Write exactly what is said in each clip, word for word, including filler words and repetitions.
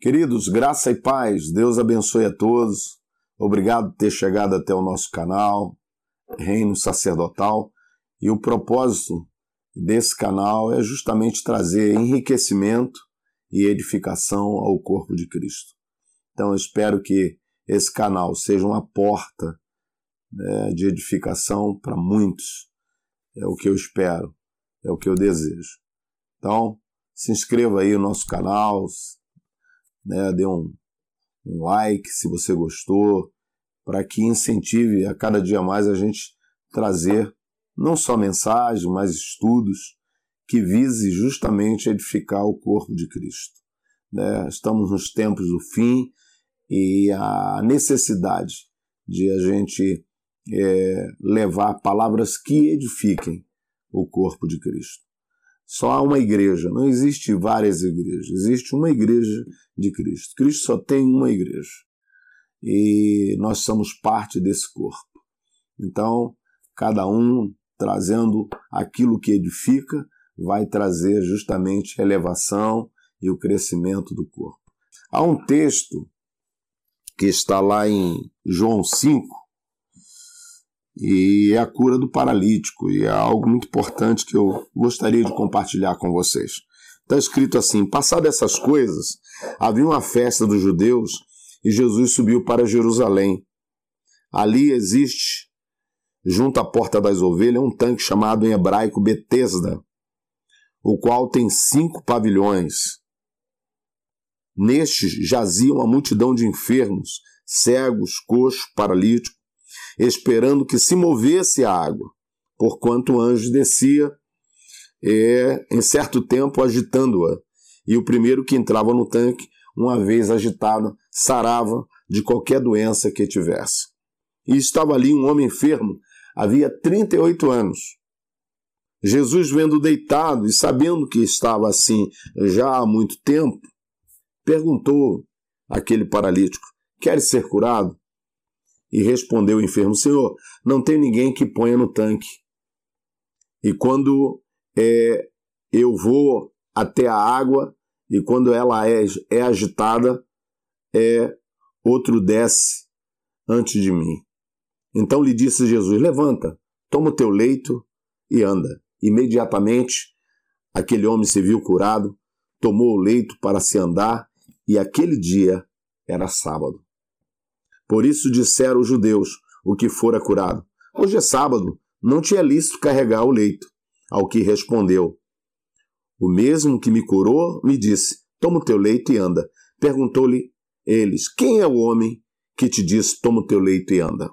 Queridos, graça e paz, Deus abençoe a todos. Obrigado por ter chegado até o nosso canal, Reino Sacerdotal. E o propósito desse canal é justamente trazer enriquecimento e edificação ao corpo de Cristo. Então eu espero que esse canal seja uma porta, né, de edificação para muitos. É o que eu espero, é o que eu desejo. Então, se inscreva aí no nosso canal, né, dê um, um like se você gostou, para que incentive a cada dia mais a gente trazer não só mensagens, mas estudos que vise justamente edificar o corpo de Cristo. Né? Estamos nos tempos do fim e a necessidade de a gente é, levar palavras que edifiquem o corpo de Cristo. Só há uma igreja, não existe várias igrejas, existe uma igreja de Cristo. Cristo só tem uma igreja e nós somos parte desse corpo. Então, cada um trazendo aquilo que edifica vai trazer justamente a elevação e o crescimento do corpo. Há um texto que está lá em João cinco, e é a cura do paralítico, e é algo muito importante que eu gostaria de compartilhar com vocês. Está escrito assim: passadas essas coisas, havia uma festa dos judeus e Jesus subiu para Jerusalém. Ali existe, junto à porta das ovelhas, um tanque chamado em hebraico Betesda, o qual tem cinco pavilhões. Nestes jazia uma multidão de enfermos, cegos, coxos, paralíticos, esperando que se movesse a água, porquanto o anjo descia é, em certo tempo agitando-a, e o primeiro que entrava no tanque, uma vez agitado, sarava de qualquer doença que tivesse. E estava ali um homem enfermo, havia trinta e oito anos. Jesus, vendo deitado e sabendo que estava assim já há muito tempo, perguntou àquele paralítico: queres ser curado? E respondeu o enfermo: Senhor, não tem ninguém que ponha no tanque. E quando é, eu vou até a água, e quando ela é, é agitada, é, outro desce antes de mim. Então lhe disse Jesus: levanta, toma o teu leito e anda. Imediatamente, aquele homem se viu curado, tomou o leito para se andar, e aquele dia era sábado. Por isso disseram os judeus, o que fora curado: hoje é sábado, não te é lícito carregar o leito. Ao que respondeu: o mesmo que me curou me disse, toma o teu leito e anda. Perguntou-lhe eles: quem é o homem que te disse, toma o teu leito e anda?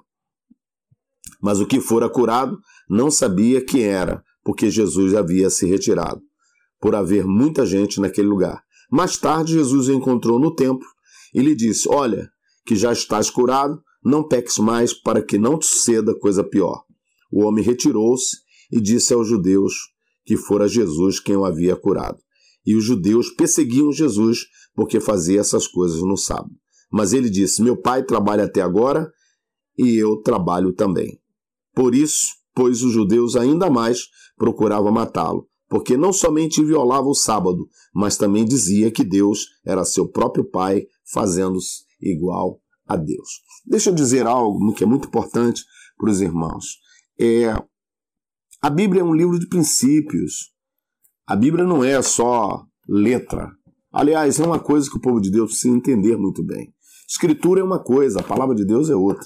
Mas o que fora curado não sabia quem era, porque Jesus havia se retirado, por haver muita gente naquele lugar. Mais tarde Jesus o encontrou no templo e lhe disse: olha, que já estás curado, não peques mais, para que não te suceda coisa pior. O homem retirou-se e disse aos judeus que fora Jesus quem o havia curado. E os judeus perseguiam Jesus porque fazia essas coisas no sábado. Mas ele disse: meu pai trabalha até agora e eu trabalho também. Por isso, pois os judeus ainda mais procuravam matá-lo, porque não somente violava o sábado, mas também dizia que Deus era seu próprio pai, fazendo-se igual a Deus. Deixa eu dizer algo que é muito importante para os irmãos. É, a Bíblia é um livro de princípios. A Bíblia não é só letra. Aliás, é uma coisa que o povo de Deus precisa entender muito bem. Escritura é uma coisa, a palavra de Deus é outra.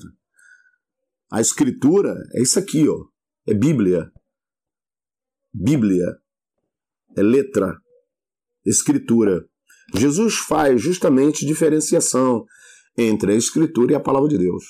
A Escritura é isso aqui, ó, é Bíblia. Bíblia é letra, Escritura. Jesus faz justamente diferenciação entre a Escritura e a Palavra de Deus.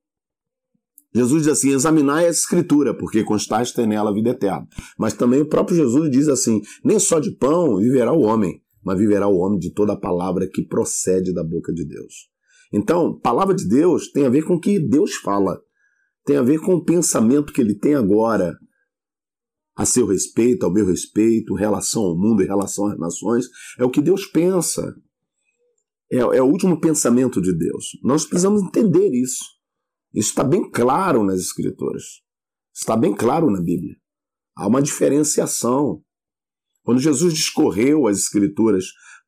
Jesus diz assim: examinai a Escritura, porque constais tem nela a vida eterna. Mas também o próprio Jesus diz assim: nem só de pão viverá o homem, mas viverá o homem de toda a palavra que procede da boca de Deus. Então, palavra de Deus tem a ver com o que Deus fala, tem a ver com o pensamento que ele tem agora a seu respeito, ao meu respeito, relação ao mundo e relação às nações. É o que Deus pensa. É, é o último pensamento de Deus. Nós precisamos entender isso. Isso está bem claro nas Escrituras. Está bem claro na Bíblia. Há uma diferenciação. Quando Jesus discorreu as Escrituras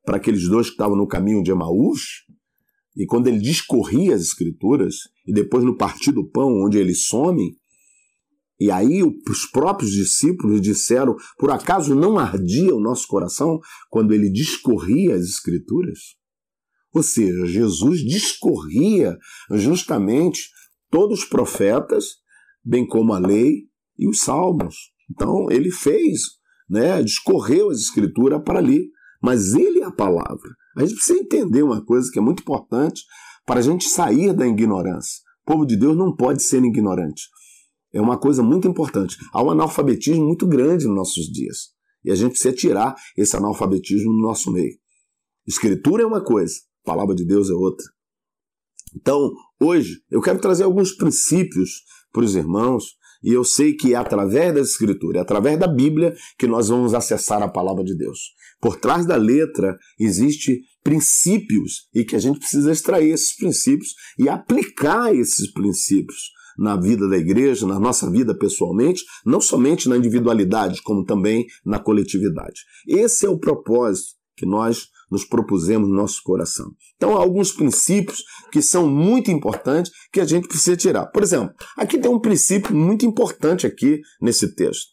para aqueles dois que estavam no caminho de Emaús, e quando ele discorria as Escrituras, e depois no partir do pão, onde ele some, e aí os próprios discípulos disseram, por acaso não ardia o nosso coração quando ele discorria as Escrituras? Ou seja, Jesus discorria justamente todos os profetas, bem como a lei e os salmos. Então ele fez, né, discorreu as Escrituras para ali, mas ele é a palavra. A gente precisa entender uma coisa que é muito importante para a gente sair da ignorância. O povo de Deus não pode ser ignorante. É uma coisa muito importante. Há um analfabetismo muito grande nos nossos dias. E a gente precisa tirar esse analfabetismo no nosso meio. Escritura é uma coisa, a palavra de Deus é outra. Então, hoje, eu quero trazer alguns princípios para os irmãos, e eu sei que é através da Escritura, é através da Bíblia que nós vamos acessar a palavra de Deus. Por trás da letra existem princípios, e que a gente precisa extrair esses princípios e aplicar esses princípios na vida da igreja, na nossa vida pessoalmente, não somente na individualidade, como também na coletividade. Esse é o propósito que nós nos propusemos no nosso coração. Então, há alguns princípios que são muito importantes que a gente precisa tirar. Por exemplo, aqui tem um princípio muito importante aqui nesse texto.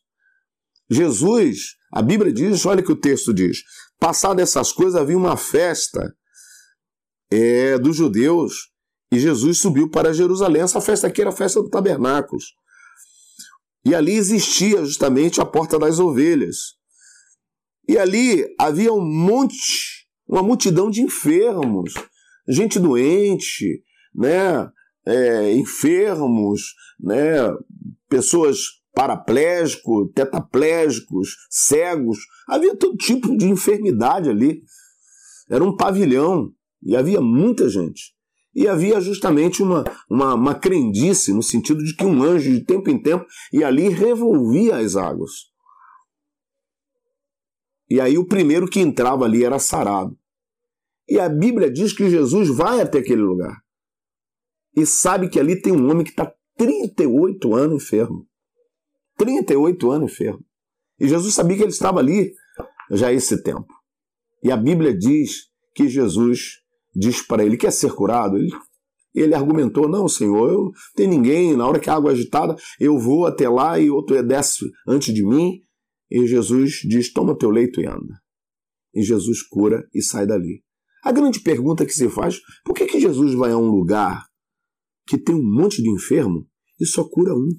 Jesus, a Bíblia diz, olha o que o texto diz, passadas essas coisas havia uma festa é, dos judeus, e Jesus subiu para Jerusalém. Essa festa aqui era a festa dos tabernáculos. E ali existia justamente a porta das ovelhas. E ali havia um monte, uma multidão de enfermos, gente doente, né? É, enfermos, né? Pessoas paraplégicos, tetraplégicos, cegos. Havia todo tipo de enfermidade ali. Era um pavilhão e havia muita gente. E havia justamente uma, uma, uma crendice, no sentido de que um anjo, de tempo em tempo, ia ali e revolvia as águas. E aí o primeiro que entrava ali era sarado. E a Bíblia diz que Jesus vai até aquele lugar. E sabe que ali tem um homem que está trinta e oito anos enfermo. trinta e oito anos enfermo. E Jesus sabia que ele estava ali já esse tempo. E a Bíblia diz que Jesus diz para ele, quer ser curado? Ele, ele argumentou, não, Senhor, eu não tenho ninguém, na hora que a água é agitada, eu vou até lá e outro desce antes de mim. E Jesus diz, toma teu leito e anda. E Jesus cura e sai dali. A grande pergunta que se faz, por que, que Jesus vai a um lugar que tem um monte de enfermo e só cura um?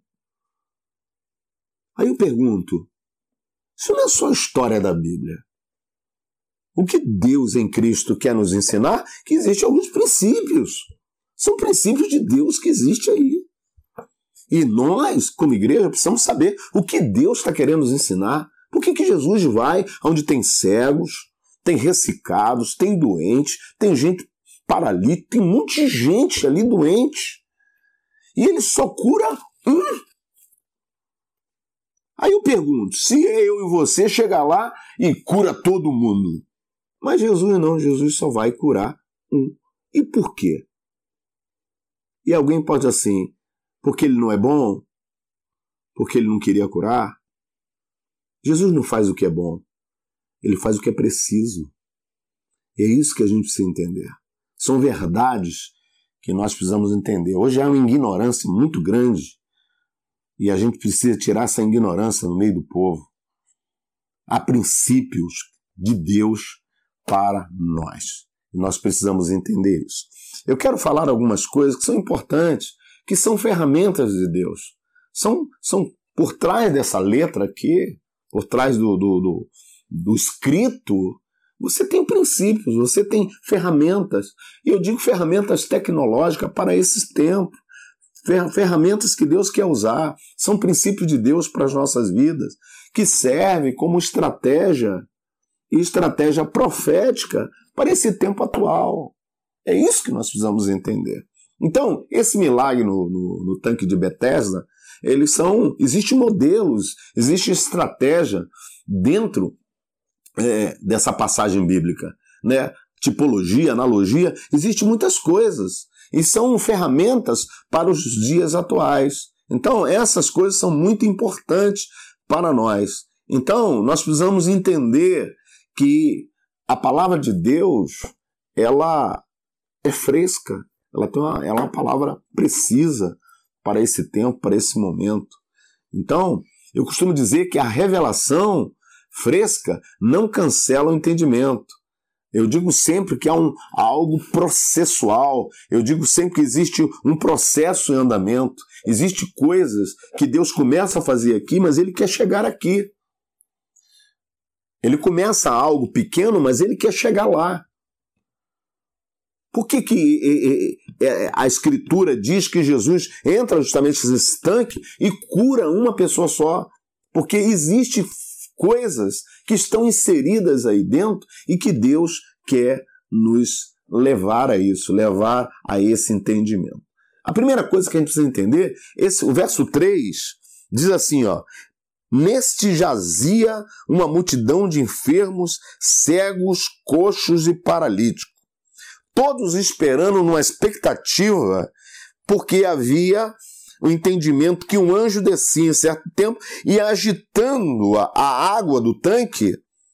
Aí eu pergunto, isso não é só a história da Bíblia. O que Deus em Cristo quer nos ensinar? Que existem alguns princípios. São princípios de Deus que existem aí. E nós, como igreja, precisamos saber o que Deus está querendo nos ensinar. Por que, que Jesus vai onde tem cegos, tem ressecados, tem doentes, tem gente paralítica, tem um monte de gente ali doente. E ele só cura um. Aí eu pergunto, se eu e você chegar lá e cura todo mundo, mas Jesus não, Jesus só vai curar um. E por quê? E alguém pode dizer assim, porque ele não é bom? Porque ele não queria curar? Jesus não faz o que é bom, ele faz o que é preciso. E é isso que a gente precisa entender. São verdades que nós precisamos entender. Hoje há uma ignorância muito grande e a gente precisa tirar essa ignorância no meio do povo. Há princípios de Deus para nós. E nós precisamos entender isso. Eu quero falar algumas coisas que são importantes, que são ferramentas de Deus. São, são por trás dessa letra aqui, por trás do, do, do, do escrito, você tem princípios, você tem ferramentas. E eu digo ferramentas tecnológicas para esses tempos. Ferramentas que Deus quer usar. São princípios de Deus para as nossas vidas, que servem como estratégia e estratégia profética para esse tempo atual. É isso que nós precisamos entender. Então, esse milagre no, no, no tanque de Betesda, eles são, existem modelos, existe estratégia dentro é, dessa passagem bíblica, né? Tipologia, analogia, existem muitas coisas e são ferramentas para os dias atuais. Então, essas coisas são muito importantes para nós. Então, nós precisamos entender que a palavra de Deus, ela é fresca, ela, tem uma, ela é uma palavra precisa para esse tempo, para esse momento. Então, eu costumo dizer que a revelação fresca não cancela o entendimento. Eu digo sempre que há, um, há algo processual, eu digo sempre que existe um processo em andamento, existem coisas que Deus começa a fazer aqui, mas Ele quer chegar aqui. Ele começa algo pequeno, mas Ele quer chegar lá. Por que, que a Escritura diz que Jesus entra justamente nesse tanque e cura uma pessoa só? Porque existem coisas que estão inseridas aí dentro e que Deus quer nos levar a isso, levar a esse entendimento. A primeira coisa que a gente precisa entender, esse, o verso três diz assim, ó, neste jazia uma multidão de enfermos, cegos, coxos e paralíticos, todos esperando numa expectativa, porque havia o entendimento que um anjo descia em certo tempo e agitando a, a água do tanque,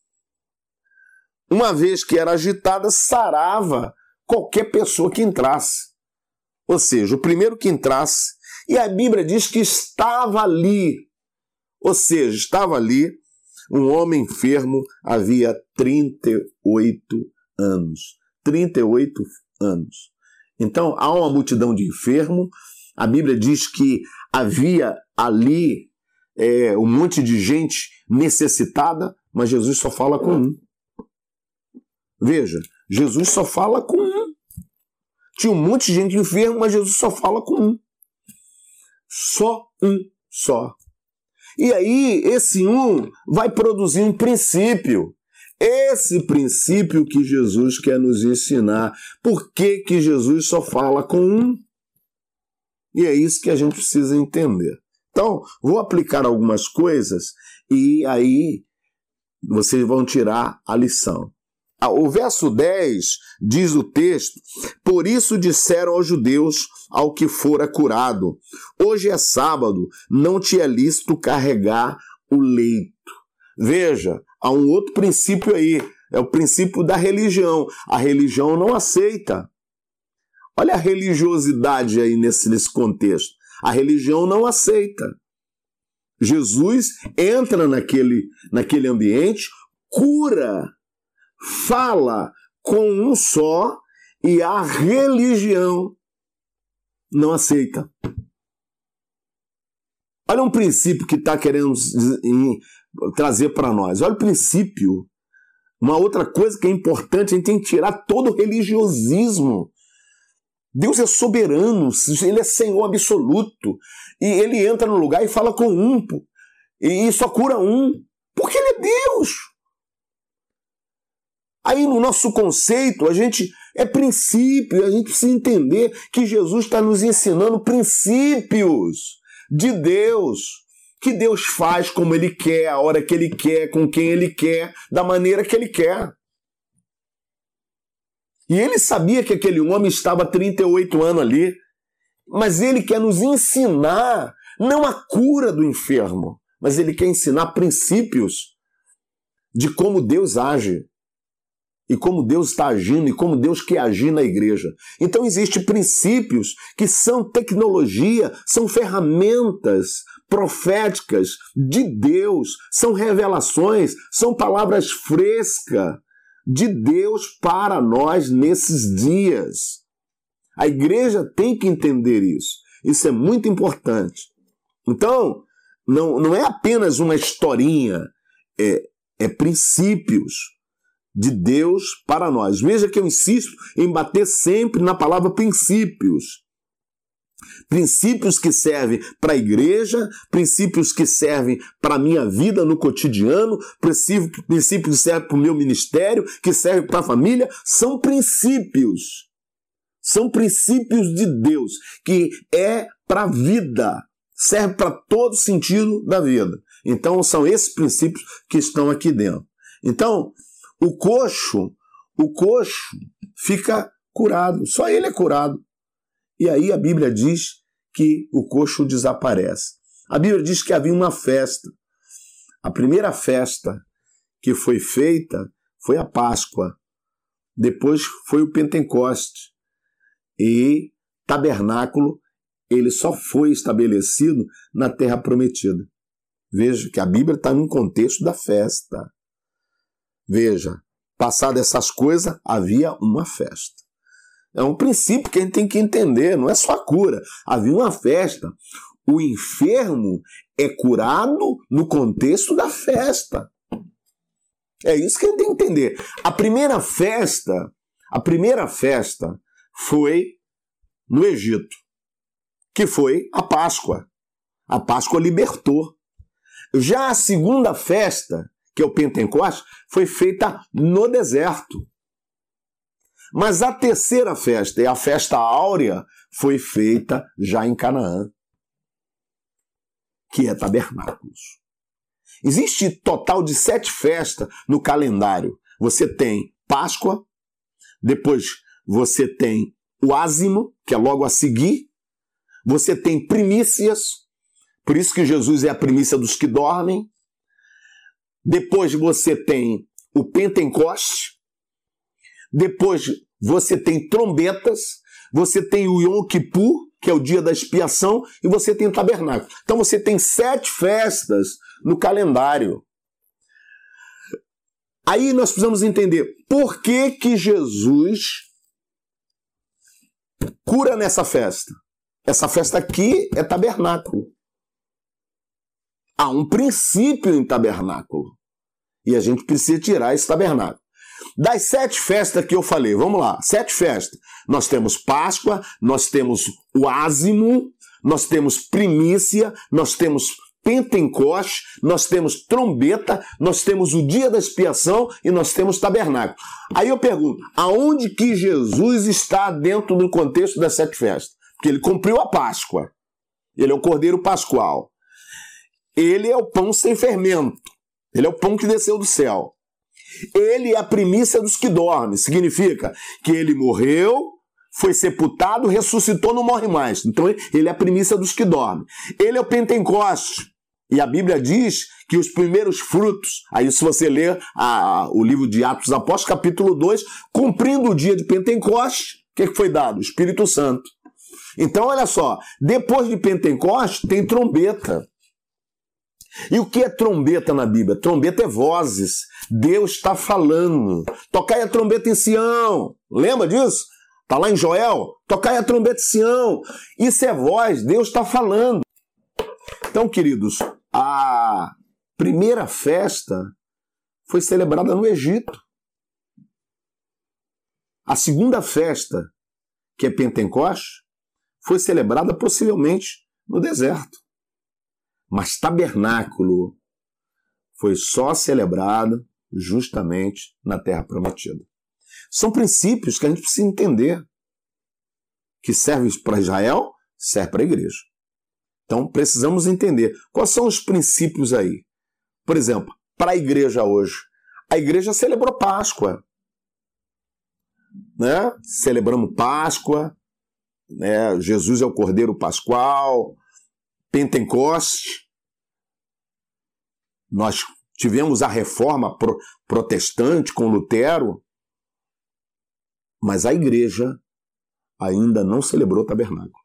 uma vez que era agitada, sarava qualquer pessoa que entrasse. Ou seja, o primeiro que entrasse, e a Bíblia diz que estava ali, ou seja, estava ali um homem enfermo havia trinta e oito anos. trinta e oito anos. Então, há uma multidão de enfermos. A Bíblia diz que havia ali é, um monte de gente necessitada, mas Jesus só fala com um. Veja, Jesus só fala com um. Tinha um monte de gente enferma, mas Jesus só fala com um. Só um só. E aí, esse um vai produzir um princípio. Esse princípio que Jesus quer nos ensinar. Por que que Jesus só fala com um? E é isso que a gente precisa entender. Então, vou aplicar algumas coisas e aí vocês vão tirar a lição. O verso dez diz o texto, por isso disseram aos judeus ao que fora curado, hoje é sábado, não te é lícito carregar o leito. Veja, há um outro princípio aí, é o princípio da religião. A religião não aceita. Olha a religiosidade aí nesse, nesse contexto. A religião não aceita. Jesus entra naquele, naquele ambiente, cura, fala com um só e a religião não aceita. Olha um princípio que está querendo trazer para nós. Olha o princípio. Uma outra coisa que é importante, a gente tem que tirar todo o religiosismo. Deus é soberano, Ele é Senhor absoluto. E Ele entra no lugar e fala com um. E só cura um. Porque Ele é Deus. Aí no nosso conceito, a gente é princípio, a gente precisa entender que Jesus está nos ensinando princípios de Deus, que Deus faz como Ele quer, a hora que Ele quer, com quem Ele quer, da maneira que Ele quer. E Ele sabia que aquele homem estava há trinta e oito anos ali, mas Ele quer nos ensinar, não a cura do enfermo, mas Ele quer ensinar princípios de como Deus age. E como Deus está agindo, e como Deus quer agir na igreja. Então existem princípios que são tecnologia, são ferramentas proféticas de Deus, são revelações, são palavras frescas de Deus para nós nesses dias. A igreja tem que entender isso. Isso é muito importante. Então, não, não é apenas uma historinha, é, é princípios de Deus para nós. Veja que eu insisto em bater sempre na palavra princípios. Princípios que servem para a igreja, princípios que servem para a minha vida no cotidiano, princípios que servem para o meu ministério, que servem para a família, são princípios. São princípios de Deus, que é para a vida, serve para todo sentido da vida. Então são esses princípios que estão aqui dentro. Então, O coxo, o coxo fica curado, só ele é curado. E aí a Bíblia diz que o coxo desaparece. A Bíblia diz que havia uma festa. A primeira festa que foi feita foi a Páscoa. Depois foi o Pentecoste. E tabernáculo, ele só foi estabelecido na Terra Prometida. Veja que a Bíblia está num contexto da festa. Veja, passadas essas coisas, havia uma festa. É um princípio que a gente tem que entender, não é só a cura. Havia uma festa. O enfermo é curado no contexto da festa. É isso que a gente tem que entender. A primeira festa, a primeira festa foi no Egito, que foi a Páscoa. A Páscoa libertou. Já a segunda festa, que é o Pentecostes, foi feita no deserto. Mas a terceira festa, e a festa áurea, foi feita já em Canaã, que é tabernáculos. Existe total de sete festas no calendário. Você tem Páscoa, depois você tem o ázimo, que é logo a seguir, você tem primícias, por isso que Jesus é a primícia dos que dormem, depois você tem o Pentecoste, depois você tem trombetas, você tem o Yom Kippur, que é o dia da expiação, e você tem o tabernáculo. Então você tem sete festas no calendário. Aí nós precisamos entender por que que Jesus cura nessa festa. Essa festa aqui é tabernáculo. Há um princípio em tabernáculo. E a gente precisa tirar esse tabernáculo. Das sete festas que eu falei, vamos lá, sete festas. Nós temos Páscoa, nós temos o ázimo, nós temos primícia, nós temos Pentecoste, nós temos trombeta, nós temos o dia da expiação e nós temos tabernáculo. Aí eu pergunto, aonde que Jesus está dentro do contexto das sete festas? Porque ele cumpriu a Páscoa, ele é o Cordeiro Pascual, ele é o pão sem fermento, ele é o pão que desceu do céu. Ele é a primícia dos que dormem. Significa que ele morreu, foi sepultado, ressuscitou, não morre mais. Então ele é a primícia dos que dormem. Ele é o Pentecoste. E a Bíblia diz que os primeiros frutos, aí se você ler a, o livro de Atos dos Apóstolos, capítulo dois, cumprindo o dia de Pentecoste, o que foi dado? O Espírito Santo. Então olha só, depois de Pentecoste tem trombeta. E o que é trombeta na Bíblia? Trombeta é vozes. Deus está falando. Tocai a trombeta em Sião. Lembra disso? Está lá em Joel. Tocai a trombeta em Sião. Isso é voz. Deus está falando. Então, queridos, a primeira festa foi celebrada no Egito. A segunda festa, que é Pentecoste, foi celebrada possivelmente no deserto. Mas tabernáculo foi só celebrado justamente na Terra Prometida. São princípios que a gente precisa entender. Que servem para Israel, serve para a igreja. Então precisamos entender quais são os princípios aí. Por exemplo, para a igreja hoje. A igreja celebrou Páscoa. Né? Celebramos Páscoa. Né? Jesus é o Cordeiro Pascual. Pentecoste, nós tivemos a reforma pro, protestante com Lutero, mas a igreja ainda não celebrou o tabernáculo.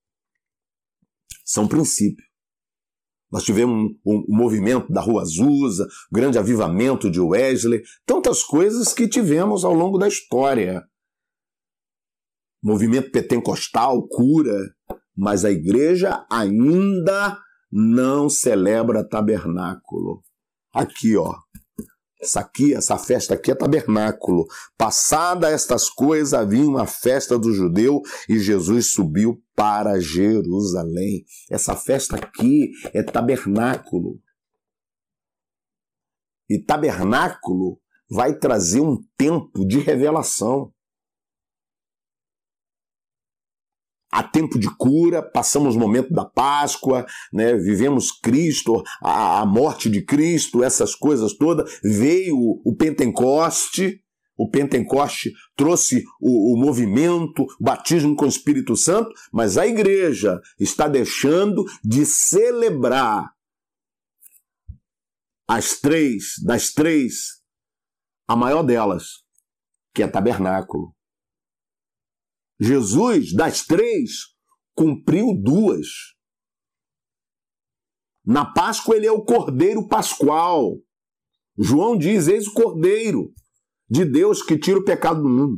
São princípios. Nós tivemos um, um, um movimento da Rua Azusa, o grande avivamento de Wesley, tantas coisas que tivemos ao longo da história. Movimento pentecostal, cura. Mas a igreja ainda não celebra tabernáculo. Aqui, ó. Essa aqui, essa festa aqui é tabernáculo. Passada estas coisas, havia uma festa do judeu e Jesus subiu para Jerusalém. Essa festa aqui é tabernáculo. E tabernáculo vai trazer um tempo de revelação. Há tempo de cura, passamos o momento da Páscoa, né? Vivemos Cristo, a, a morte de Cristo, essas coisas todas. Veio o, o Pentecoste, o Pentecoste trouxe o, o movimento, o batismo com o Espírito Santo, mas a igreja está deixando de celebrar as três, das três a maior delas, que é tabernáculo. Jesus, das três, cumpriu duas. Na Páscoa ele é o Cordeiro Pascual. João diz, eis o Cordeiro de Deus que tira o pecado do mundo.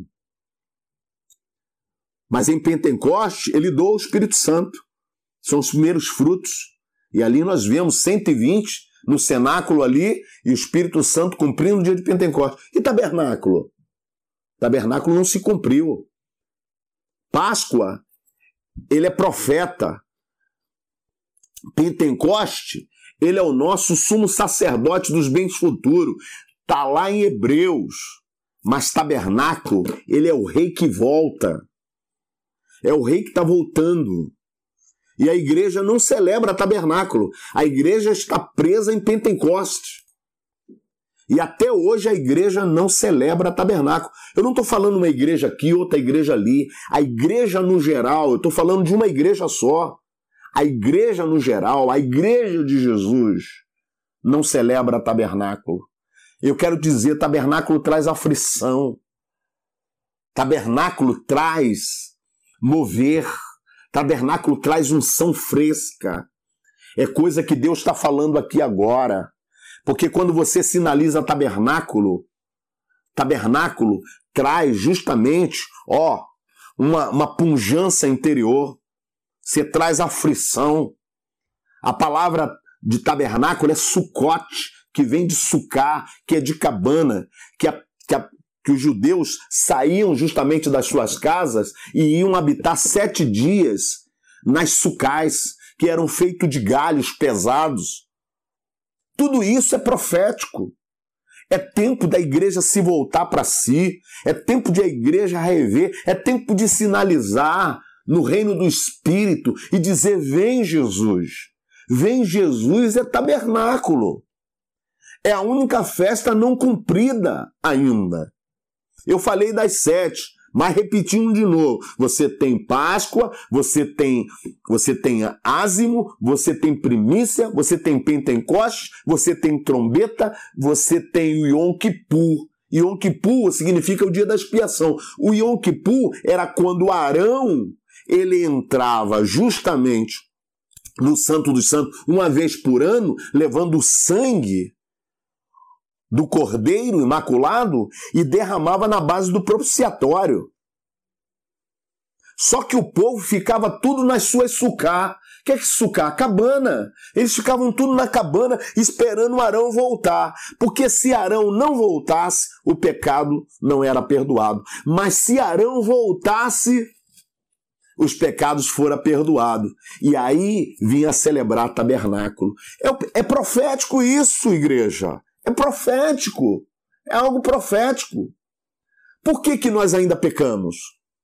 Mas em Pentecoste ele doa o Espírito Santo. São os primeiros frutos. E ali nós vemos cento e vinte no cenáculo ali e o Espírito Santo cumprindo o dia de Pentecoste. E tabernáculo? Tabernáculo não se cumpriu. Páscoa, ele é profeta. Pentecoste, ele é o nosso sumo sacerdote dos bens futuros. Está lá em Hebreus. Mas tabernáculo, ele é o rei que volta. É o rei que está voltando. E a igreja não celebra tabernáculo. A igreja está presa em Pentecostes. E até hoje a igreja não celebra tabernáculo. Eu não estou falando uma igreja aqui, outra igreja ali. A igreja no geral, eu estou falando de uma igreja só. A igreja no geral, a igreja de Jesus, não celebra tabernáculo. Eu quero dizer, tabernáculo traz aflição. Tabernáculo traz mover. Tabernáculo traz unção fresca. É coisa que Deus está falando aqui agora. Porque quando você sinaliza tabernáculo, tabernáculo traz justamente, ó, uma, uma pujança interior. Você traz aflição. A palavra de tabernáculo é sucote, que vem de sucar, que é de cabana, que, a, que, a, que os judeus saíam justamente das suas casas e iam habitar sete dias nas sucais, que eram feitos de galhos pesados. Tudo isso é profético. É tempo da igreja se voltar para si, é tempo de a igreja rever, é tempo de sinalizar no reino do Espírito e dizer, vem Jesus. Vem Jesus é tabernáculo. É a única festa não cumprida ainda. Eu falei das sete, mas repetindo de novo. Você tem Páscoa, você tem, você tem ázimo, você tem primícia, você tem Pentecostes, você tem trombeta, você tem o Yom Kippur. Yom Kippur significa o dia da expiação. O Yom Kippur era quando Arão ele entrava justamente no Santo dos Santos uma vez por ano, levando o sangue do Cordeiro Imaculado e derramava na base do propiciatório. Só que o povo ficava tudo nas suas sucá. O que é que sucá? Cabana. Eles ficavam tudo na cabana esperando Arão voltar. Porque se Arão não voltasse, o pecado não era perdoado. Mas se Arão voltasse, os pecados foram perdoados. E aí vinha celebrar tabernáculo. É, é profético isso, igreja. É profético. É algo profético. Por que que nós ainda pecamos?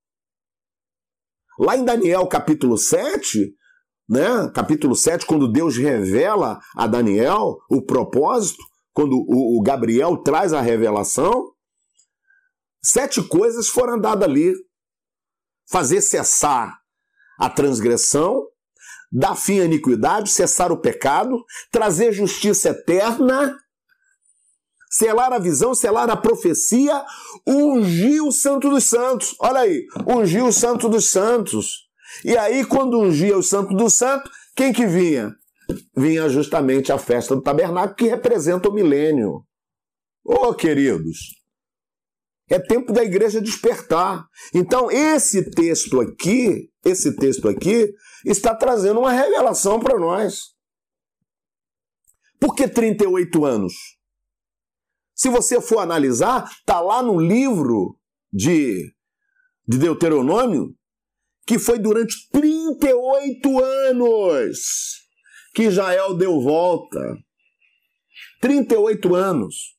Lá em Daniel capítulo sete, né? Capítulo sete, quando Deus revela a Daniel o propósito, quando o, o Gabriel traz a revelação, sete coisas foram dadas ali. Fazer cessar a transgressão, dar fim à iniquidade, cessar o pecado, trazer justiça eterna, selar a visão, selar a profecia, ungir o Santo dos Santos. Olha aí, ungir o Santo dos Santos. E aí, quando ungia o Santo dos Santos, quem que vinha? Vinha justamente a festa do tabernáculo, que representa o milênio. Ô, oh, queridos, é tempo da igreja despertar. Então, esse texto aqui, esse texto aqui, está trazendo uma revelação para nós. Por que trinta e oito anos? Se você for analisar, está lá no livro de, de Deuteronômio, que foi durante trinta e oito anos que Israel deu volta. trinta e oito anos.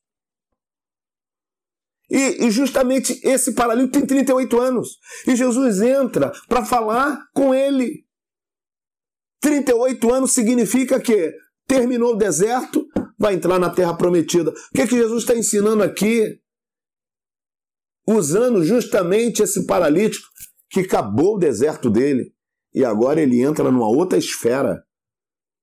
E, e justamente esse paralítico tem trinta e oito anos. E Jesus entra para falar com ele. trinta e oito anos significa que terminou o deserto, vai entrar na terra prometida. O que, que Jesus está ensinando aqui? Usando justamente esse paralítico que acabou o deserto dele. E agora ele entra numa outra esfera.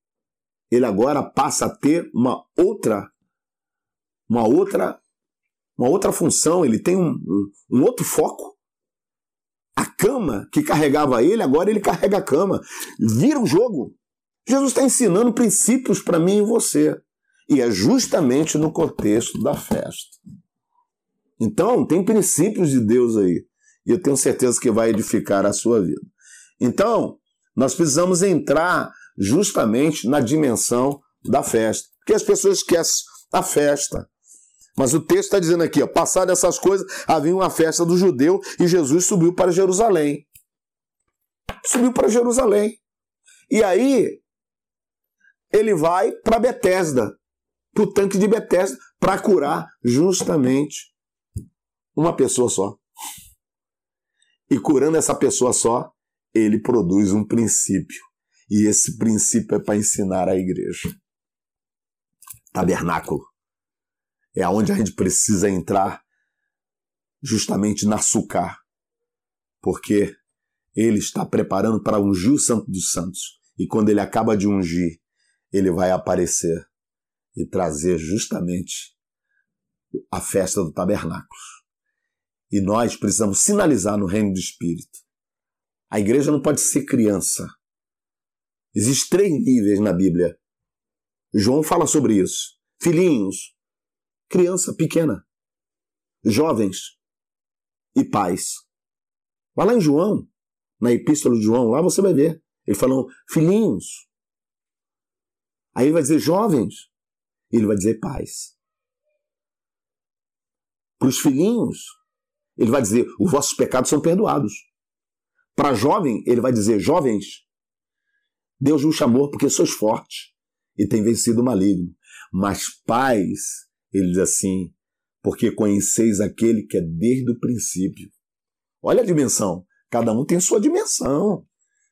Ele agora passa a ter uma outra, uma outra uma outra função, ele tem um, um, um outro foco. A cama que carregava ele, agora ele carrega a cama. Vira o jogo. Jesus está ensinando princípios para mim e você. E é justamente no contexto da festa. Então, tem princípios de Deus aí. E eu tenho certeza que vai edificar a sua vida. Então, nós precisamos entrar justamente na dimensão da festa. Porque as pessoas esquecem a festa. Mas o texto está dizendo aqui, ó, passado essas coisas, havia uma festa do judeu e Jesus subiu para Jerusalém. Subiu para Jerusalém. E aí, ele vai para Betesda, para o tanque de Betesda, para curar justamente uma pessoa só. E curando essa pessoa só, ele produz um princípio. E esse princípio é para ensinar a igreja. Tabernáculo. É onde a gente precisa entrar justamente na Sucá. Porque ele está preparando para ungir o Santo dos Santos. E quando ele acaba de ungir, ele vai aparecer e trazer justamente a festa do tabernáculo. E nós precisamos sinalizar no reino do Espírito. A igreja não pode ser criança. Existem três níveis na Bíblia. João fala sobre isso. Filhinhos, criança pequena, jovens e pais. Vai lá em João, na Epístola de João, lá você vai ver. Ele falou, filhinhos. Aí ele vai dizer jovens. E ele vai dizer pais. Para os filhinhos, ele vai dizer, os vossos pecados são perdoados. Para jovem, ele vai dizer, jovens, Deus vos chamou porque sois fortes e tem vencido o maligno. Mas pais, ele diz assim, porque conheceis aquele que é desde o princípio. Olha a dimensão. Cada um tem sua dimensão.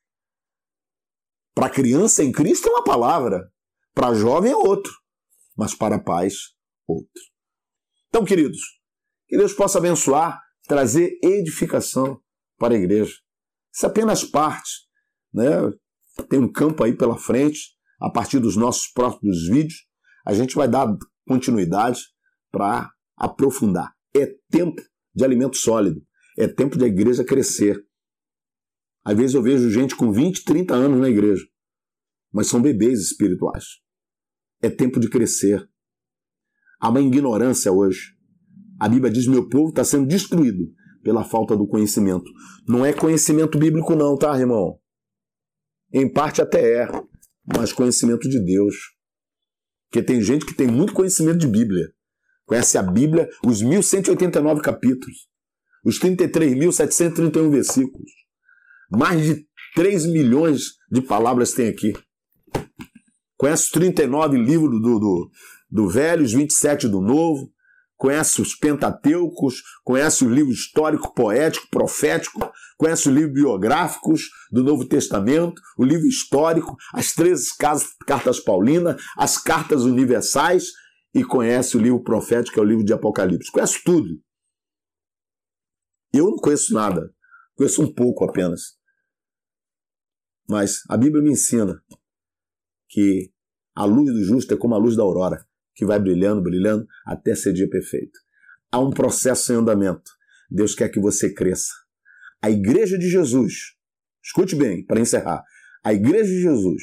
Para criança em Cristo é uma palavra. Para jovem é outro. Mas para pais, outro. Então, queridos, que Deus possa abençoar, trazer edificação para a igreja. Isso é apenas parte, né? Tem um campo aí pela frente, a partir dos nossos próximos vídeos, a gente vai dar continuidade para aprofundar. É tempo de alimento sólido, é tempo da igreja crescer. Às vezes eu vejo gente com vinte, trinta anos na igreja, mas são bebês espirituais. É tempo de crescer. Há uma ignorância hoje. A Bíblia diz, meu povo está sendo destruído pela falta do conhecimento. Não é conhecimento bíblico não, tá, irmão? Em parte até é, mas conhecimento de Deus. Porque tem gente que tem muito conhecimento de Bíblia. Conhece a Bíblia, os mil cento e oitenta e nove capítulos, os trinta e três mil setecentos e trinta e um versículos. Mais de três milhões de palavras tem aqui. Conhece os trinta e nove livros do, do, do Velho, os vinte e sete do Novo. Conhece os Pentateucos, conhece o livro histórico, poético, profético, conhece os livros biográficos do Novo Testamento, o livro histórico, as treze cartas paulinas, as cartas universais e conhece o livro profético, que é o livro de Apocalipse. Conhece tudo. Eu não conheço nada, conheço um pouco apenas. Mas a Bíblia me ensina que a luz do justo é como a luz da aurora, que vai brilhando, brilhando, até ser dia perfeito. Há um processo em andamento. Deus quer que você cresça. A igreja de Jesus, escute bem, para encerrar, a igreja de Jesus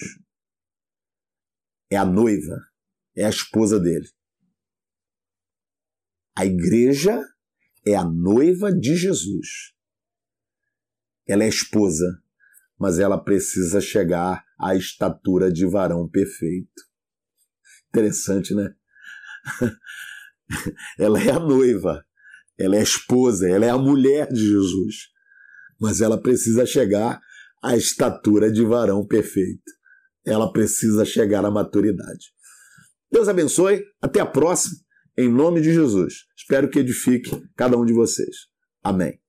é a noiva, é a esposa dele. A igreja é a noiva de Jesus. Ela é a esposa, mas ela precisa chegar à estatura de varão perfeito. Interessante, né? Ela é a noiva, ela é a esposa, ela é a mulher de Jesus, mas ela precisa chegar à estatura de varão perfeito. Ela precisa chegar à maturidade. Deus abençoe, até a próxima, em nome de Jesus. Espero que edifique cada um de vocês. Amém.